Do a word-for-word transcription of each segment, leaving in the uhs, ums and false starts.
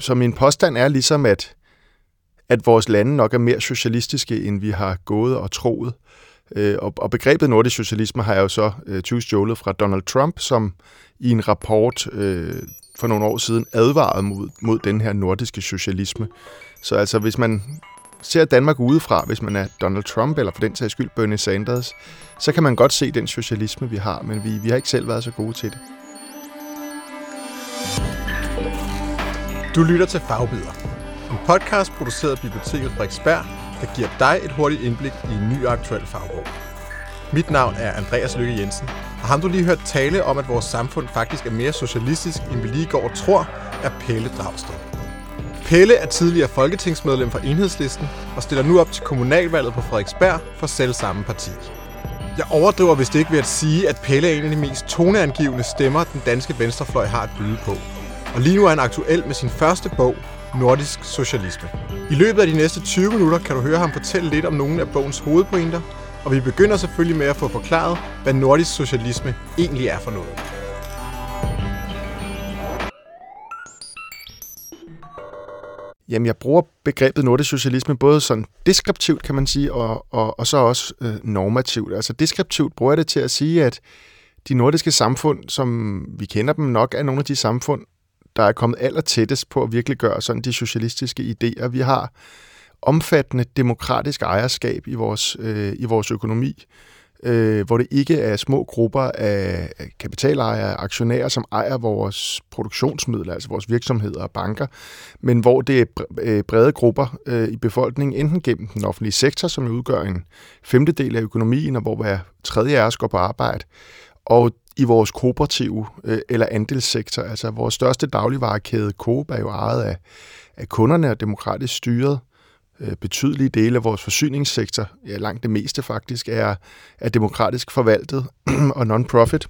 så min påstand er ligesom, at, at vores lande nok er mere socialistiske, end vi har gået og troet. Øh, og, og begrebet nordisk socialisme har jeg jo så øh, tyvstjålet fra Donald Trump, som i en rapport øh, for nogle år siden advarede mod, mod den her nordiske socialisme. Så altså, hvis man ser Danmark udefra, hvis man er Donald Trump, eller for den sags skyld Bernie Sanders, så kan man godt se den socialisme, vi har, men vi, vi har ikke selv været så gode til det. Du lytter til Fagbidder, en podcast produceret af Biblioteket Frederiksberg, der giver dig et hurtigt indblik i en ny aktuel fagbog. Mit navn er Andreas Lykke Jensen, og ham du lige hørt tale om, at vores samfund faktisk er mere socialistisk, end vi lige går og tror, er Pelle Dragsted. Pelle er tidligere folketingsmedlem for Enhedslisten og stiller nu op til kommunalvalget på Frederiksberg for selv samme parti. Jeg overdriver vist ikke ved at sige, at Pelle er en af de mest toneangivende stemmer, den danske venstrefløj har at byde på. Og lige nu er han aktuel med sin første bog, Nordisk Socialisme. I løbet af de næste tyve minutter kan du høre ham fortælle lidt om nogle af bogens hovedpointer, og vi begynder selvfølgelig med at få forklaret, hvad nordisk socialisme egentlig er for noget. Jamen, jeg bruger begrebet nordisk socialisme både sådan deskriptivt, kan man sige, og, og, og så også øh, normativt. Altså deskriptivt bruger jeg det til at sige, at de nordiske samfund, som vi kender dem, nok er nogle af de samfund, der er kommet aller tættest på at virkelig gøre sådan de socialistiske idéer. Vi har omfattende demokratisk ejerskab i vores, øh, i vores økonomi, øh, hvor det ikke er små grupper af kapitalejere, aktionærer, som ejer vores produktionsmidler, altså vores virksomheder og banker, men hvor det er brede grupper øh, i befolkningen, enten gennem den offentlige sektor, som udgør en femtedel af økonomien, og hvor hver tredje af os går på arbejde, og i vores kooperative øh, eller andelssektor. Altså vores største dagligvarekæde, Coop, er jo ejet af, af kunderne og demokratisk styret. Øh, betydelige dele af vores forsyningssektor, ja langt det meste faktisk, er, er demokratisk forvaltet og non-profit.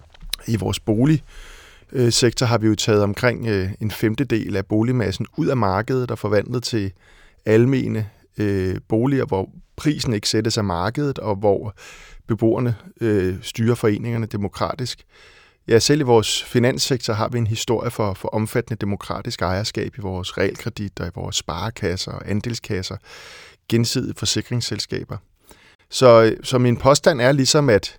I vores boligsektor har vi jo taget omkring øh, en femtedel af boligmassen ud af markedet og forvandlet til almene øh, boliger, hvor prisen ikke sættes af markedet, og hvor beboerne øh, styrer foreningerne demokratisk. Ja, selv i vores finanssektor har vi en historie for, for omfattende demokratisk ejerskab i vores realkredit og i vores sparekasser og andelskasser, gensidige forsikringsselskaber. Så, så min påstand er ligesom, at,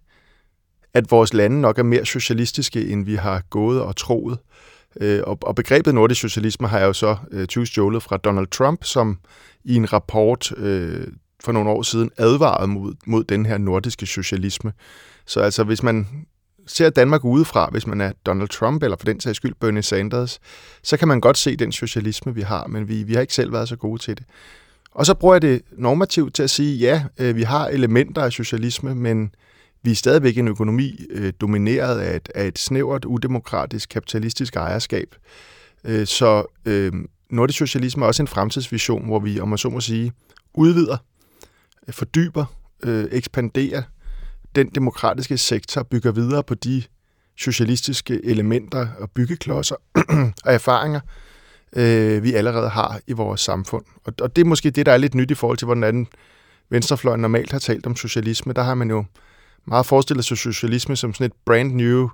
at vores lande nok er mere socialistiske, end vi har gået og troet. Øh, og, og begrebet nordisk socialisme har jeg jo så øh, tyvstjålet fra Donald Trump, som i en rapport øh, for nogle år siden advarede mod, mod den her nordiske socialisme. Så altså, hvis man ser Danmark udefra, hvis man er Donald Trump, eller for den sags skyld Bernie Sanders, så kan man godt se den socialisme, vi har, men vi, vi har ikke selv været så gode til det. Og så bruger jeg det normativt til at sige, ja, øh, vi har elementer af socialisme, men vi er stadigvæk en økonomi øh, domineret af et, af et snævert, udemokratisk, kapitalistisk ejerskab. Øh, så øh, nordisk socialisme er også en fremtidsvision, hvor vi, om man så må sige, udvider, fordyber, øh, ekspanderer den demokratiske sektor, bygger videre på de socialistiske elementer og byggeklodser og erfaringer, øh, vi allerede har i vores samfund. Og, og det er måske det, der er lidt nyt i forhold til, hvordan venstrefløjen normalt har talt om socialisme. Der har man jo meget forestillet sig socialisme som sådan et brand new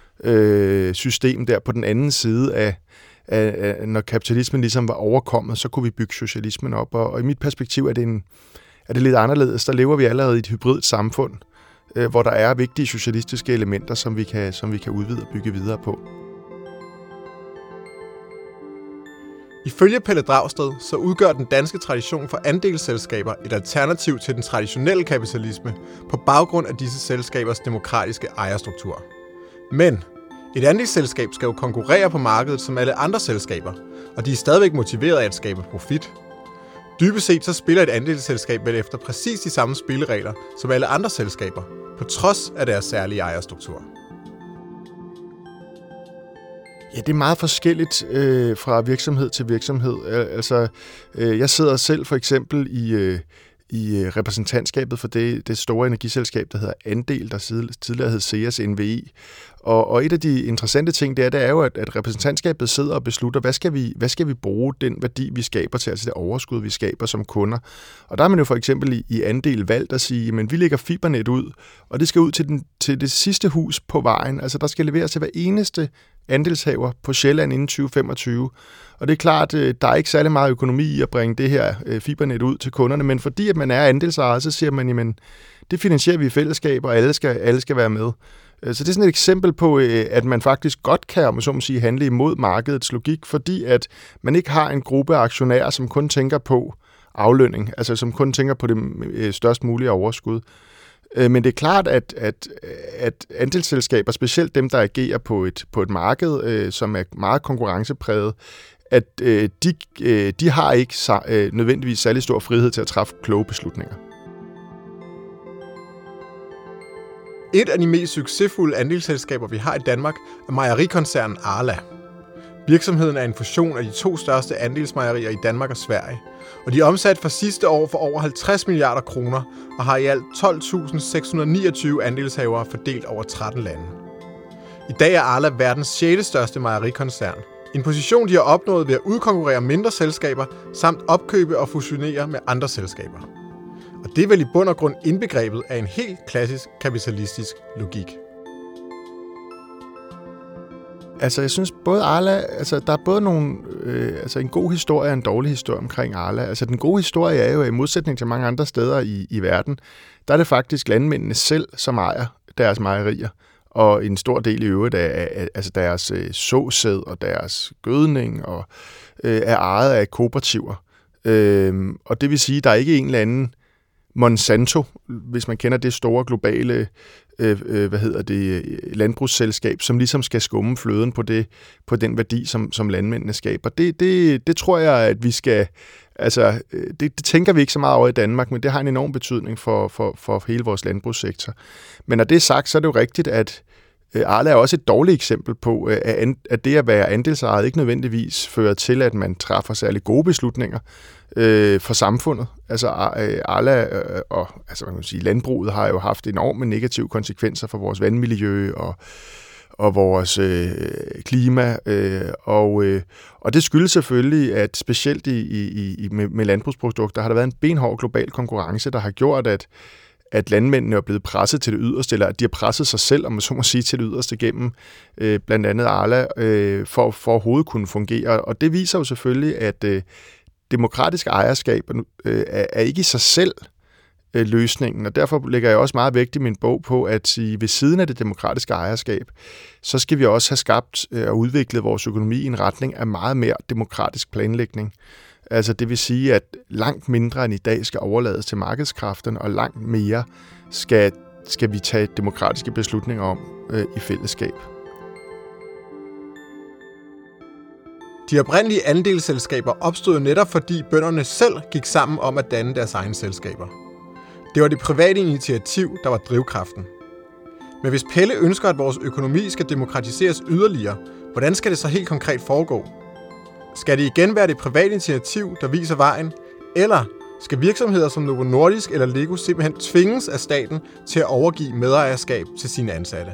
øh, system der på den anden side af, af, af, når kapitalismen ligesom var overkommet, så kunne vi bygge socialismen op. Og, og i mit perspektiv er det, en, er det lidt anderledes. Der lever vi allerede i et hybridt samfund, øh, hvor der er vigtige socialistiske elementer, som vi kan, som vi kan udvide og bygge videre på. Ifølge Pelle Dragsted, så udgør den danske tradition for andelsselskaber et alternativ til den traditionelle kapitalisme på baggrund af disse selskabers demokratiske ejerstruktur. Men et andelsselskab skal jo konkurrere på markedet som alle andre selskaber, og de er stadigvæk motiveret af at skabe profit. Dybest set så spiller et andelsselskab vel efter præcis de samme spilleregler som alle andre selskaber, på trods af deres særlige ejerstruktur. Ja, det er meget forskelligt øh, fra virksomhed til virksomhed. Altså, øh, jeg sidder selv for eksempel i, øh, i repræsentantskabet for det, det store energiselskab, der hedder Andel, der tidligere hed C S N V I. Og, og et af de interessante ting, det er, det er jo, at, at repræsentantskabet sidder og beslutter, hvad skal, vi, hvad skal vi bruge den værdi, vi skaber til, altså det overskud, vi skaber som kunder. Og der har man jo for eksempel i, i andel valgt at sige, men vi lægger fibernet ud, og det skal ud til, den, til det sidste hus på vejen. Altså der skal leveres til hver eneste andelshaver på Sjælland inden tyve femogtyve. Og det er klart, der er ikke særlig meget økonomi i at bringe det her fibernet ud til kunderne, men fordi at man er andelsejet, så siger man, jamen det finansierer vi i fællesskab, og alle skal, alle skal være med. Så det er sådan et eksempel på, at man faktisk godt kan, om man så må sige, handle imod markedets logik, fordi at man ikke har en gruppe aktionærer, som kun tænker på aflønning, altså som kun tænker på det størst mulige overskud. Men det er klart, at, at, at andelsselskaber, specielt dem, der agerer på et, på et marked, som er meget konkurrencepræget, at de, de har ikke nødvendigvis særlig stor frihed til at træffe kloge beslutninger. Et af de mest succesfulde andelsselskaber, vi har i Danmark, er mejerikoncernen Arla. Virksomheden er en fusion af de to største andelsmejerier i Danmark og Sverige, og de er omsat for sidste år for over halvtreds milliarder kroner og har i alt tolv tusind seks hundrede niogtyve andelshavere fordelt over tretten lande. I dag er Arla verdens sjette største mejerikoncern, en position, de har opnået ved at udkonkurrere mindre selskaber samt opkøbe og fusionere med andre selskaber. Og det er vel i bund og grund indbegrebet af en helt klassisk kapitalistisk logik. Altså, jeg synes både Arla, altså der er både nogle, øh, altså en god historie og en dårlig historie omkring Arla. Altså den gode historie er jo, i modsætning til mange andre steder i, i verden, der er det faktisk landmændene selv, som ejer deres mejerier. Og en stor del i øvrigt af, af altså deres øh, såsæd og deres gødning og, øh, er ejet af kooperativer. Øh, og det vil sige, at der er ikke en eller anden Monsanto, hvis man kender det store globale øh, hvad hedder det, landbrugsselskab, som ligesom skal skumme fløden på, det, på den værdi, som, som landmændene skaber. Det, det, det tror jeg, at vi skal... Altså, det, det tænker vi ikke så meget over i Danmark, men det har en enorm betydning for, for, for hele vores landbrugssektor. Men når det er sagt, så er det jo rigtigt, at Arla er også et dårligt eksempel på, at det at være andelsejet ikke nødvendigvis fører til, at man træffer særlig gode beslutninger øh, for samfundet. Altså Arla øh, og altså, man kan sige, landbruget har jo haft enorme negative konsekvenser for vores vandmiljø og, og vores øh, klima. Øh, og, øh, og det skyldes selvfølgelig, at specielt i, i, i, med, med landbrugsprodukter har der været en benhård global konkurrence, der har gjort, at at landmændene er blevet presset til det yderste, eller at de har presset sig selv, om man så må sige, til det yderste gennem øh, blandt andet Arla, øh, for, for at overhovedet kunne fungere. Og det viser jo selvfølgelig, at øh, demokratisk ejerskab øh, er, er ikke i sig selv øh, løsningen, og derfor lægger jeg også meget vægt i min bog på, at sige, ved siden af det demokratiske ejerskab, så skal vi også have skabt øh, og udviklet vores økonomi i en retning af meget mere demokratisk planlægning. Altså det vil sige, at langt mindre end i dag skal overlades til markedskræfterne, og langt mere skal, skal vi tage demokratiske beslutninger om øh, i fællesskab. De oprindelige andelsselskaber opstod netop fordi bønderne selv gik sammen om at danne deres egne selskaber. Det var det private initiativ, der var drivkraften. Men hvis Pelle ønsker, at vores økonomi skal demokratiseres yderligere, hvordan skal det så helt konkret foregå? Skal det igen være det private initiativ, der viser vejen? Eller skal virksomheder som Novo Nordisk eller Lego simpelthen tvinges af staten til at overgive medejerskab til sine ansatte?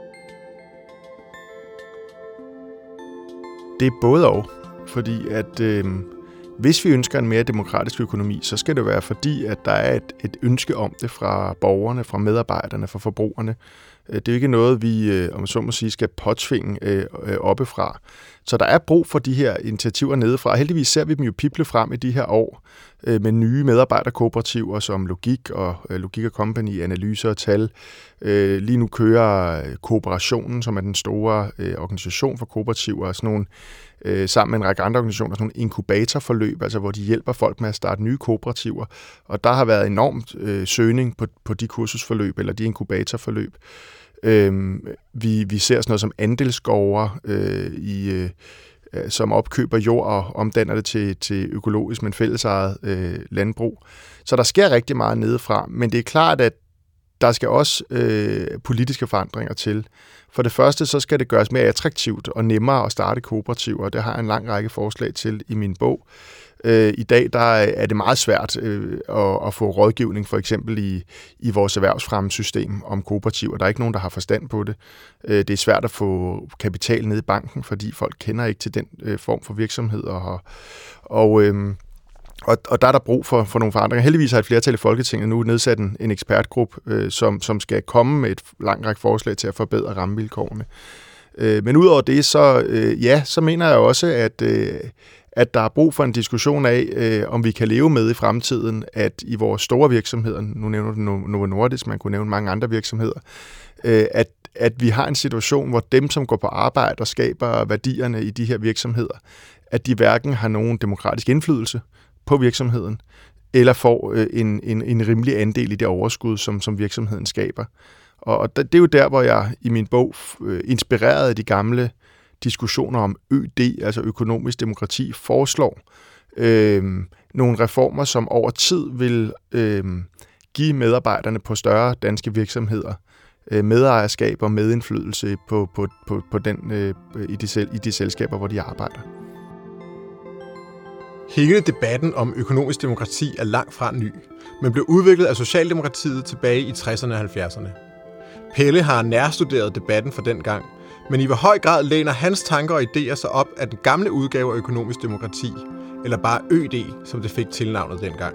Det er både og, fordi at øh, hvis vi ønsker en mere demokratisk økonomi, så skal det være fordi, at der er et, et ønske om det fra borgerne, fra medarbejderne, fra forbrugerne. Det er jo ikke noget, vi, om så må sige, skal påtvinge øh, oppefra. Så der er brug for de her initiativer nedefra. Heldigvis ser vi dem jo pible frem i de her år øh, med nye medarbejderkooperativer som Logik og øh, Logik og Company, analyser og tal. Øh, lige nu kører Kooperationen, som er den store øh, organisation for kooperativer, og sådan nogle, øh, sammen med en række andre organisationer, sådan nogle inkubatorforløb, altså hvor de hjælper folk med at starte nye kooperativer. Og der har været enormt øh, søgning på, på de kursusforløb eller de inkubatorforløb. Øhm, vi, vi ser sådan noget som andelsgårder, øh, i, øh, som opkøber jord og omdanner det til, til økologisk, men fællesejet øh, landbrug. Så der sker rigtig meget nedefra, men det er klart, at der skal også øh, politiske forandringer til. For det første, så skal det gøres mere attraktivt og nemmere at starte kooperativer, og det har jeg en lang række forslag til i min bog. Øh, I dag der er det meget svært øh, at, at få rådgivning, for eksempel i, i vores erhvervsfremmesystem om kooperativer. Der er ikke nogen, der har forstand på det. Øh, det er svært at få kapital ned i banken, fordi folk kender ikke til den øh, form for virksomheder. Og, og øh, Og, og der er der brug for, for nogle forandringer. Heldigvis har et flertal i Folketinget nu nedsat en, en ekspertgruppe, øh, som, som skal komme med et langt række forslag til at forbedre rammevilkårene. Øh, men udover det, så, øh, ja, så mener jeg også, at, øh, at der er brug for en diskussion af, øh, om vi kan leve med i fremtiden, at i vores store virksomheder, nu nævner du Novo Nordisk, man kunne nævne mange andre virksomheder, øh, at, at vi har en situation, hvor dem, som går på arbejde og skaber værdierne i de her virksomheder, at de hverken har nogen demokratisk indflydelse på virksomheden, eller får øh, en, en, en rimelig andel i det overskud, som, som virksomheden skaber. Og, og det er jo der, hvor jeg i min bog, øh, inspireret af de gamle diskussioner om Ø D, altså økonomisk demokrati, foreslår øh, nogle reformer, som over tid vil øh, give medarbejderne på større danske virksomheder øh, medejerskab og medindflydelse på, på, på, på den, øh, i, de, i de selskaber, hvor de arbejder. Hele debatten om økonomisk demokrati er langt fra ny, men blev udviklet af Socialdemokratiet tilbage i tresserne og halvfjerdserne. Pelle har nærstuderet debatten fra den gang, men i hvor høj grad læner hans tanker og idéer sig op af den gamle udgave af økonomisk demokrati, eller bare Ø D, som det fik tilnavnet dengang.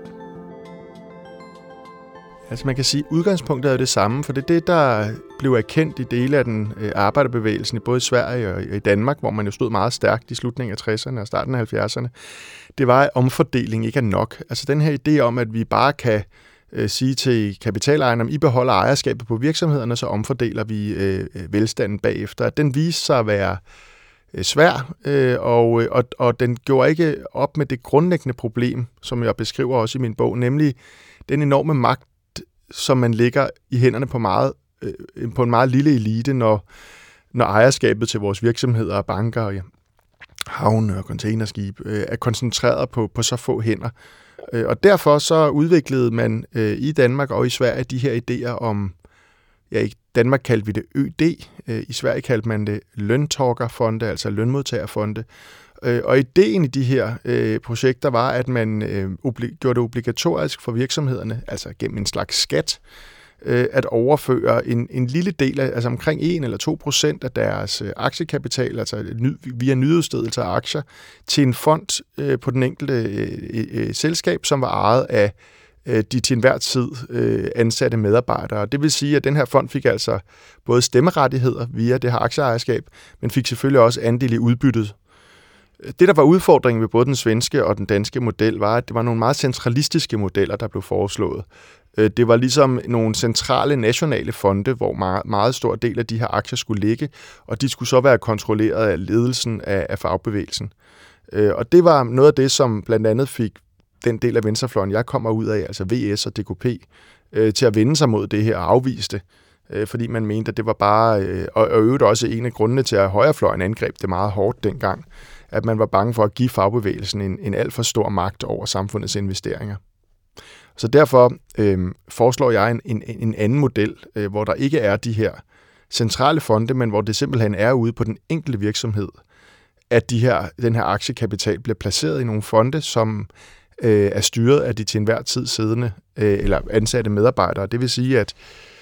Altså man kan sige, at udgangspunktet er det samme, for det er det, der blev erkendt i dele af den øh, arbejderbevægelsen i både Sverige og i Danmark, hvor man jo stod meget stærkt i slutningen af tresserne og starten af halvfjerdserne. Det var, at omfordeling ikke er nok. Altså den her idé om, at vi bare kan øh, sige til kapitalejerne, I beholder ejerskabet på virksomhederne, så omfordeler vi øh, velstanden bagefter. Den viste sig at være øh, svær, øh, og, og, og den gjorde ikke op med det grundlæggende problem, som jeg beskriver også i min bog, nemlig den enorme magt, som man lægger i hænderne på, meget, øh, på en meget lille elite, når, når ejerskabet til vores virksomheder og banker og ja, havne og containerskib øh, er koncentreret på, på så få hænder. Øh, og derfor så udviklede man øh, i Danmark og i Sverige de her idéer om, ja i Danmark kaldte vi det Ø D, øh, i Sverige kaldte man det løntagerfonde, altså lønmodtagerfonde. Øh, og ideen i de her øh, projekter var, at man øh, obli- gjorde det obligatorisk for virksomhederne, altså gennem en slags skat, øh, at overføre en, en lille del af, altså omkring en eller to procent af deres øh, aktiekapital, altså ny, via nyudstedelse af aktier, til en fond øh, på den enkelte øh, øh, selskab, som var ejet af øh, de til enhver tid øh, ansatte medarbejdere. Det vil sige, at den her fond fik altså både stemmerettigheder via det her aktieejerskab, men fik selvfølgelig også andel i udbyttet. Det, der var udfordringen ved både den svenske og den danske model, var, at det var nogle meget centralistiske modeller, der blev foreslået. Det var ligesom nogle centrale nationale fonde, hvor meget, meget stor del af de her aktier skulle ligge, og de skulle så være kontrolleret af ledelsen af, af fagbevægelsen. Og det var noget af det, som blandt andet fik den del af venstrefløjen, jeg kommer ud af, altså V S og D K P, til at vende sig mod det her og afviste det, fordi man mente, at det var bare, og øvrigt også en af grundene til, at højrefløjen angreb det meget hårdt dengang, at man var bange for at give fagbevægelsen en, en alt for stor magt over samfundets investeringer. Så derfor øh, foreslår jeg en, en, en anden model, øh, hvor der ikke er de her centrale fonde, men hvor det simpelthen er ude på den enkelte virksomhed, at de her, den her aktiekapital bliver placeret i nogle fonde, som øh, er styret af de til enhver tid siddende øh, eller ansatte medarbejdere. Det vil sige, at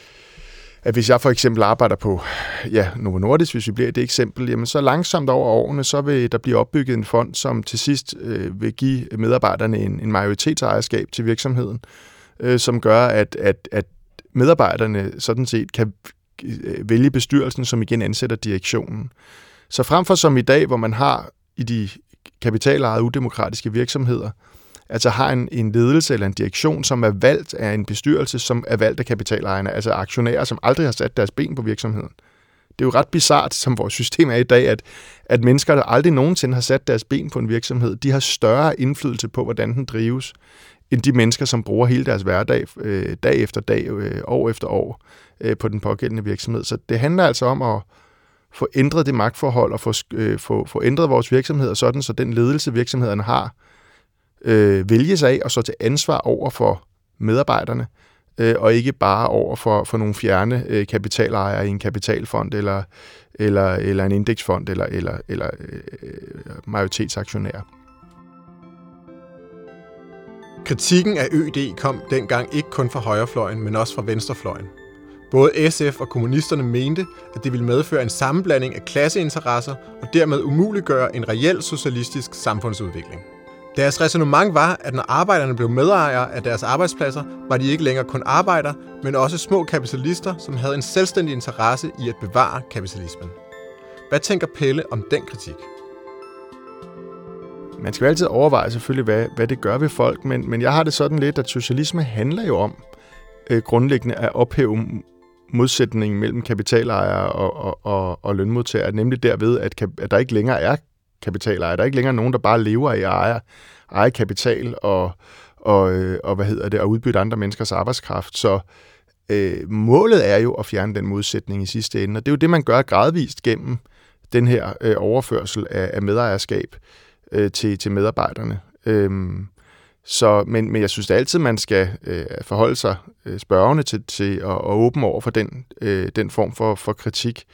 at hvis jeg for eksempel arbejder på ja, Novo Nordisk, hvis vi bliver det eksempel, jamen så langsomt over årene, så vil der blive opbygget en fond, som til sidst øh, vil give medarbejderne en, en majoritetsejerskab til virksomheden, øh, som gør, at, at, at medarbejderne sådan set kan vælge bestyrelsen, som igen ansætter direktionen. Så frem for som i dag, hvor man har i de kapitalejede udemokratiske virksomheder, altså har en, en ledelse eller en direktion, som er valgt af en bestyrelse, som er valgt af kapitalejerne, altså aktionærer, som aldrig har sat deres ben på virksomheden. Det er jo ret bizart, som vores system er i dag, at, at mennesker, der aldrig nogensinde har sat deres ben på en virksomhed, de har større indflydelse på, hvordan den drives, end de mennesker, som bruger hele deres hverdag, øh, dag efter dag, øh, år efter år, øh, på den pågældende virksomhed. Så det handler altså om at få ændret det magtforhold og få, øh, få, få ændret vores virksomheder sådan, så den ledelse, virksomhederne har, Øh, vælges af og så til ansvar over for medarbejderne, øh, og ikke bare over for, for nogle fjerne øh, kapitalejere i en kapitalfond, eller, eller, eller en indeksfond, eller, eller, eller øh, majoritetsaktionærer. Kritikken af Ø D kom dengang ikke kun fra højrefløjen, men også fra venstrefløjen. Både S F og kommunisterne mente, at det ville medføre en sammenblanding af klasseinteresser og dermed umuliggøre en reel socialistisk samfundsudvikling. Deres ræsonnement var, at når arbejderne blev medejere af deres arbejdspladser, var de ikke længere kun arbejdere, men også små kapitalister, som havde en selvstændig interesse i at bevare kapitalismen. Hvad tænker Pelle om den kritik? Man skal jo altid overveje selvfølgelig, hvad, hvad det gør ved folk, men, men jeg har det sådan lidt, at socialisme handler jo om øh, grundlæggende at ophæve modsætningen mellem kapitalejere og, og, og, og lønmodtagere, nemlig derved, at, at der ikke længere er kapitalejere. Der er ikke længere nogen, der bare lever af at eje, eje kapital og, og, øh, og, hvad hedder det, og udbytte andre menneskers arbejdskraft. Så øh, målet er jo at fjerne den modsætning i sidste ende, og det er jo det, man gør gradvist gennem den her øh, overførsel af, af medejerskab øh, til, til medarbejderne. Øhm, så, men, men jeg synes da altid, man skal øh, forholde sig øh, spørgende til, til at, at åbne over for den, øh, den form for, for kritik.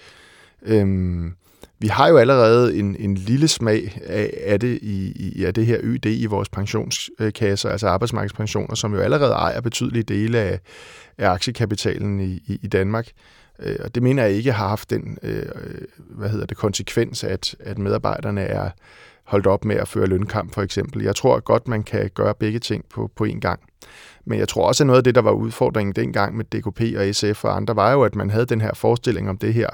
Øhm, vi har jo allerede en, en lille smag af, af, det i, i, af det her Ø D i vores pensionskasser, altså arbejdsmarkedspensioner, som jo allerede ejer betydelige dele af, af aktiekapitalen i, i, i Danmark. Øh, og det mener jeg ikke har haft den øh, hvad hedder det, konsekvens, at, at medarbejderne er holdt op med at føre lønkamp, for eksempel. Jeg tror godt, man kan gøre begge ting på, på én gang. Men jeg tror også, at noget af det, der var udfordringen dengang med D K P og S F og andre, var jo, at man havde den her forestilling om det her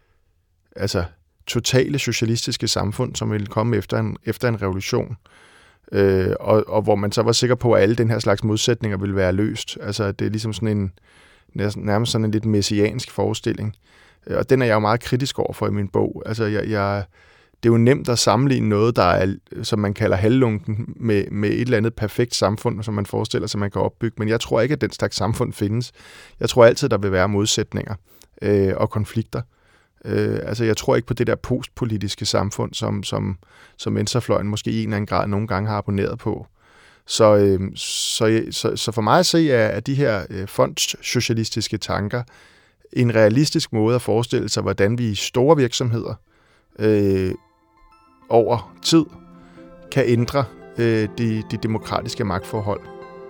altså totale socialistiske samfund, som ville komme efter en, efter en revolution. Øh, og, og hvor man så var sikker på, at alle den her slags modsætninger ville være løst. Altså, det er ligesom sådan en, nærmest sådan en lidt messiansk forestilling. Og den er jeg jo meget kritisk over for i min bog. Altså, jeg... jeg det er jo nemt at sammenligne noget, der er, som man kalder halvlunken, med, med et eller andet perfekt samfund, som man forestiller sig, man kan opbygge. Men jeg tror ikke, at den slags samfund findes. Jeg tror altid, der vil være modsætninger øh, og konflikter. Øh, altså, jeg tror ikke på det der postpolitiske samfund, som, som, som venstrefløjen måske i en eller anden grad nogle gange har abonneret på. Så, øh, så, så, så for mig at se, er, at de her øh, fondssocialistiske tanker en realistisk måde at forestille sig, hvordan vi i store virksomheder øh, over tid kan ændre øh, de, de demokratiske magtforhold.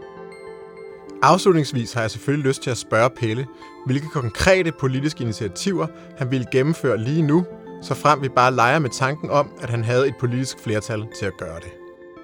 Afslutningsvis har jeg selvfølgelig lyst til at spørge Pelle, hvilke konkrete politiske initiativer han ville gennemføre lige nu, så frem vi bare leger med tanken om, at han havde et politisk flertal til at gøre det.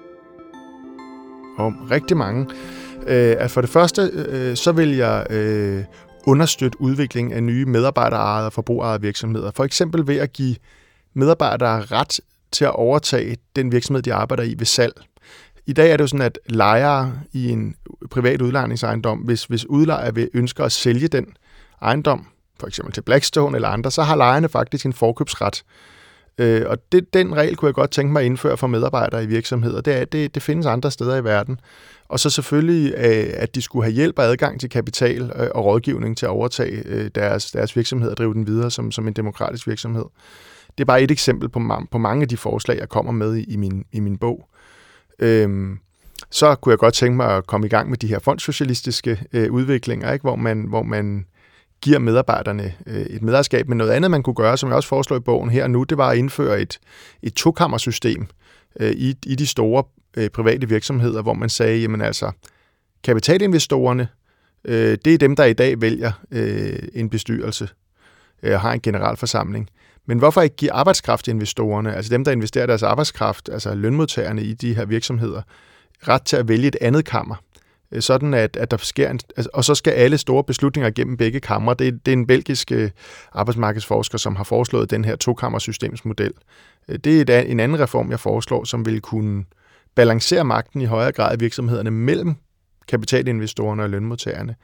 Om rigtig mange. Øh, at for det første, øh, så vil jeg øh, understøtte udviklingen af nye medarbejderejede og forbrugerejede virksomheder. For eksempel ved at give medarbejdere ret til at overtage den virksomhed, de arbejder i ved salg. I dag er det jo sådan, at lejere i en privat udlejningsejendom, hvis, hvis udlejer vil ønsker at sælge den ejendom, for eksempel til Blackstone eller andre, så har lejerne faktisk en forkøbsret. Øh, og det, den regel kunne jeg godt tænke mig at indføre for medarbejdere i virksomheder. Det, er, det, det findes andre steder i verden. Og så selvfølgelig, at de skulle have hjælp og adgang til kapital og rådgivning til at overtage deres, deres virksomhed og drive den videre som, som en demokratisk virksomhed. Det er bare et eksempel på, på mange af de forslag, jeg kommer med i, i, min, i min bog. Øhm, så kunne jeg godt tænke mig at komme i gang med de her fondssocialistiske øh, udviklinger, ikke? Hvor, man, hvor man giver medarbejderne øh, et medejerskab. Men noget andet, man kunne gøre, som jeg også foreslår i bogen her nu, det var at indføre et, et tokammersystem øh, i, i de store øh, private virksomheder, hvor man sagde, jamen altså, kapitalinvestorerne, øh, det er dem, der i dag vælger øh, en bestyrelse og øh, har en generalforsamling. Men hvorfor ikke give arbejdskraftinvestorerne, altså dem, der investerer deres arbejdskraft, altså lønmodtagerne i de her virksomheder, ret til at vælge et andet kammer, sådan at, at der sker en, altså, og så skal alle store beslutninger gennem begge kamre. Det, det er en belgisk arbejdsmarkedsforsker, som har foreslået den her tokammersystemsmodel. Det er en anden reform, jeg foreslår, som vil kunne balancere magten i højere grad i virksomhederne mellem kapitalinvestorerne og lønmodtagerne.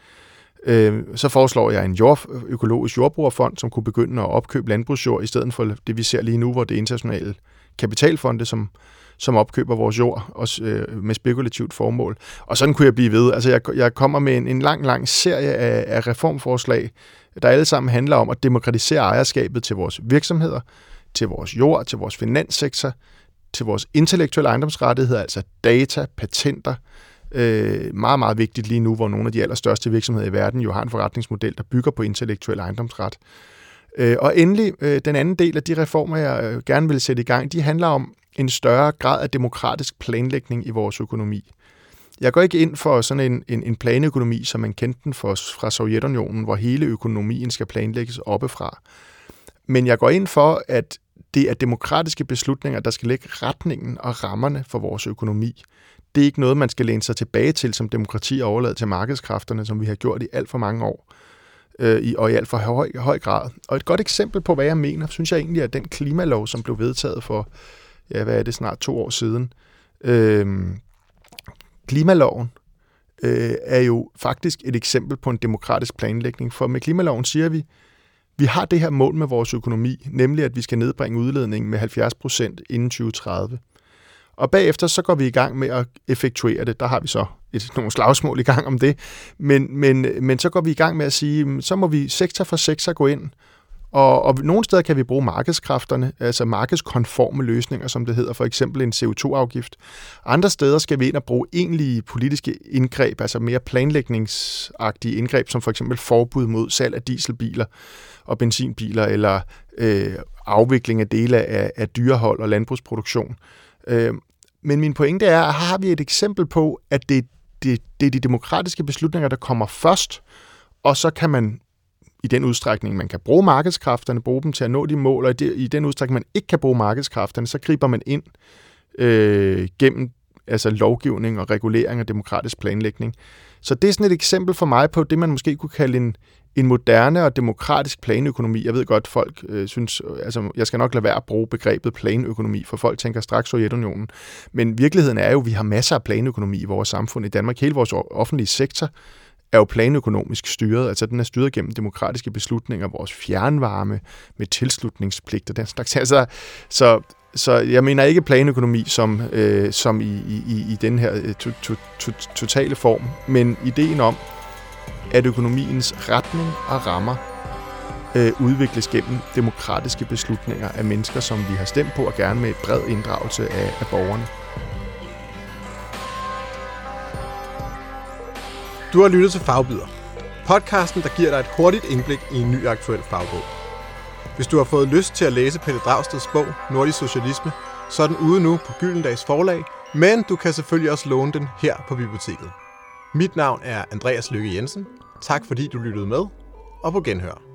Så foreslår jeg en jord, økologisk jordbrugerfond, som kunne begynde at opkøbe landbrugsjord, i stedet for det, vi ser lige nu, hvor det er internationale kapitalfonde, som, som opkøber vores jord, også øh, med spekulativt formål. Og sådan kunne jeg blive ved. Altså, jeg, jeg kommer med en, en lang, lang serie af, af reformforslag, der alle sammen handler om at demokratisere ejerskabet til vores virksomheder, til vores jord, til vores finanssektor, til vores intellektuelle ejendomsrettigheder, altså data, patenter, Øh, meget, meget vigtigt lige nu, hvor nogle af de allerstørste virksomheder i verden jo har en forretningsmodel, der bygger på intellektuel ejendomsret. Øh, og endelig, øh, den anden del af de reformer, jeg øh, gerne vil sætte i gang, de handler om en større grad af demokratisk planlægning i vores økonomi. Jeg går ikke ind for sådan en, en, en planøkonomi, som man kendte den for, fra Sovjetunionen, hvor hele økonomien skal planlægges oppefra. Men jeg går ind for, at det er demokratiske beslutninger, der skal lægge retningen og rammerne for vores økonomi. Det er ikke noget, man skal læne sig tilbage til som demokrati og overlade til markedskræfterne, som vi har gjort i alt for mange år, øh, og i alt for høj, høj grad. Og et godt eksempel på, hvad jeg mener, synes jeg egentlig er den klimalov, som blev vedtaget for, ja, hvad er det, snart to år siden. Øh, klimaloven øh, er jo faktisk et eksempel på en demokratisk planlægning, for med klimaloven siger vi, vi har det her mål med vores økonomi, nemlig at vi skal nedbringe udledningen med halvfjerds procent inden tyve tredive. Og bagefter så går vi i gang med at effektuere det. Der har vi så et, nogle slagsmål i gang om det. Men, men, men så går vi i gang med at sige, så må vi sektor for sektor gå ind. Og, og nogle steder kan vi bruge markedskræfterne, altså markedskonforme løsninger, som det hedder, for eksempel en C O to afgift. Andre steder skal vi ind og bruge egentlige politiske indgreb, altså mere planlægningsagtige indgreb, som for eksempel forbud mod salg af dieselbiler og benzinbiler, eller øh, afvikling af dele af, af dyrehold og landbrugsproduktion. Øh, men min pointe er, at her har vi et eksempel på, at det, det, det er de demokratiske beslutninger, der kommer først, og så kan man i den udstrækning, man kan bruge markedskræfterne, bruge dem til at nå de mål, og i den udstrækning, man ikke kan bruge markedskræfterne, så griber man ind øh, gennem altså lovgivning og regulering og demokratisk planlægning. Så det er sådan et eksempel for mig på det, man måske kunne kalde en, en moderne og demokratisk planøkonomi. Jeg ved godt, folk øh, synes, altså jeg skal nok lade være at bruge begrebet planøkonomi, for folk tænker straks Sovjetunionen. Men virkeligheden er jo, at vi har masser af planøkonomi i vores samfund i Danmark. Hele vores offentlige sektor er jo planøkonomisk styret, altså den er styret gennem demokratiske beslutninger, vores fjernvarme med tilslutningspligt og den slags. Altså, så, så jeg mener ikke planøkonomi som, øh, som i, i, i den her to, to, to, totale form, men ideen om, at økonomiens retning og rammer øh, udvikles gennem demokratiske beslutninger af mennesker, som vi har stemt på, og gerne med et bred inddragelse af, af borgerne. Du har lyttet til Fagbidder, podcasten, der giver dig et hurtigt indblik i en ny aktuel fagbog. Hvis du har fået lyst til at læse Pelle Dragsteds bog, Nordisk Socialisme, så er den ude nu på Gyldendals Forlag, men du kan selvfølgelig også låne den her på biblioteket. Mit navn er Andreas Lykke Jensen. Tak fordi du lyttede med, og på genhør.